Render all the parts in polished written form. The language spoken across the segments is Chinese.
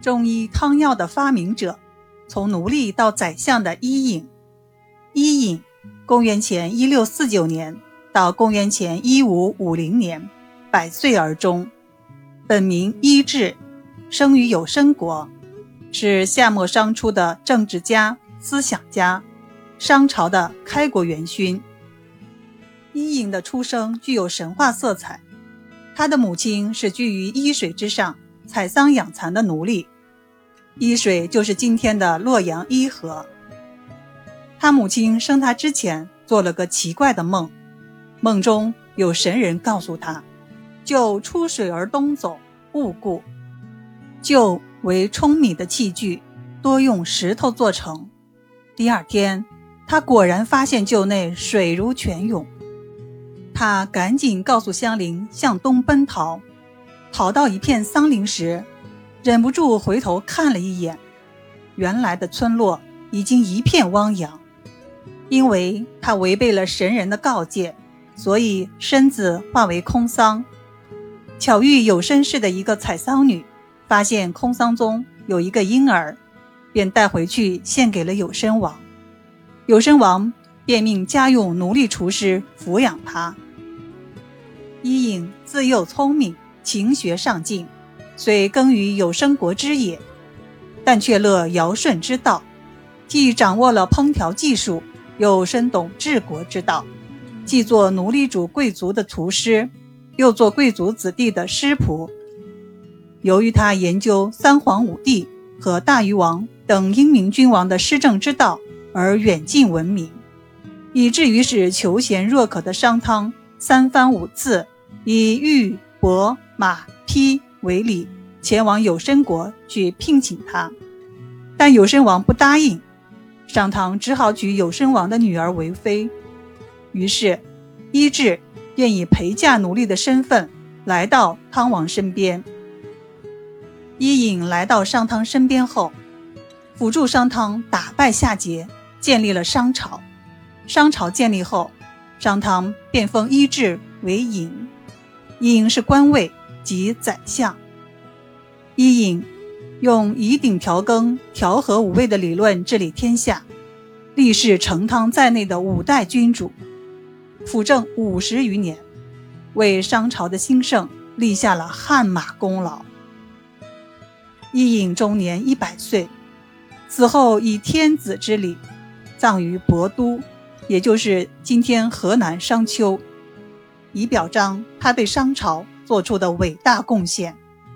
中医汤药的发明者，从奴隶到宰相的伊尹。伊尹公元前1649年到公元前1550年100岁而终，本名伊稚，生于有申国，是夏末商初的政治家、思想家，商朝的开国元勋。伊尹的出生具有神话色彩，他的母亲是居于伊水之上采桑养蚕的奴隶，伊水就是今天的洛阳伊河。他母亲生他之前做了个奇怪的梦，梦中有神人告诉他，就出水而东走，勿顾。臼为舂米的器具，多用石头做成。第二天，他果然发现臼内水如泉涌，他赶紧告诉乡邻向东奔逃，逃到一片桑林时，忍不住回头看了一眼，原来的村落已经一片汪洋。因为他违背了神人的告诫，所以身子化为空桑。巧遇有申氏的一个采桑女，发现空桑中有一个婴儿，便带回去献给了有申王。有申王便命家用奴隶厨师抚养他。伊尹自幼聪明，勤学上进，虽耕于有申国之野，但却乐尧舜之道，既掌握了烹调技术，又深懂治国之道，既做奴隶主贵族的厨师，又做贵族子弟的师仆。由于他研究三皇五帝和大禹王等英明君王的施政之道而远近闻名，以至于使求贤若渴的商汤三番五次以玉、帛、马、匹为礼前往有申国去聘请他，但有申王不答应，商汤只好娶有申王的女儿为妃。于是伊稚便以陪嫁奴隶的身份来到汤王身边。伊尹来到商汤身边后，辅助商汤打败夏桀，建立了商朝。商朝建立后，商汤便封伊稚为尹，尹是官位，即宰相。伊尹用以鼎调羹、调和五味的理论治理天下，历世成汤在内的5代君主，辅政50余年，为商朝的兴盛立下了汗马功劳。伊尹终年100岁，死后以天子之礼葬于亳都，也就是今天河南商丘，以表彰他对商朝做出的伟大贡献。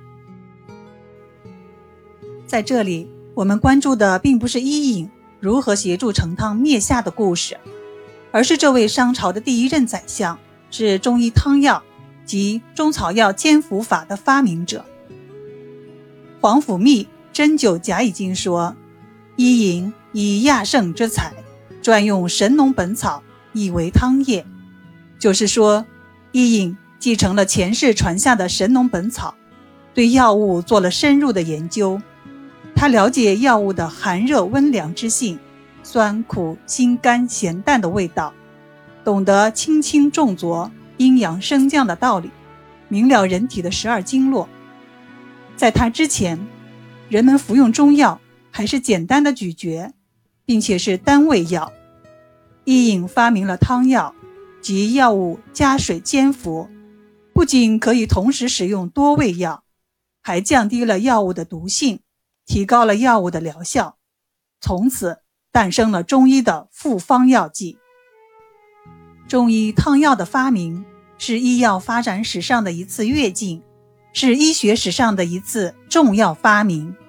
在这里，我们关注的并不是伊尹如何协助成汤灭夏的故事，而是这位商朝的第一任宰相是中医汤药及中草药煎服法的发明者。皇甫谧针灸甲乙经说，伊尹以亚圣之才，专用神农本草以为汤液，就是说伊尹继承了前世传下的神农本草，对药物做了深入的研究。他了解药物的寒热温凉之性，酸苦辛甘咸淡的味道，懂得轻轻重浊、阴阳升降的道理，明了人体的12经络。在他之前，人们服用中药还是简单的咀嚼，并且是单味药。伊尹发明了汤药，即药物加水煎服，不仅可以同时使用多味药，还降低了药物的毒性，提高了药物的疗效，从此诞生了中医的复方药剂。中医汤药的发明是医药发展史上的一次跃进，是医学史上的一次重要发明。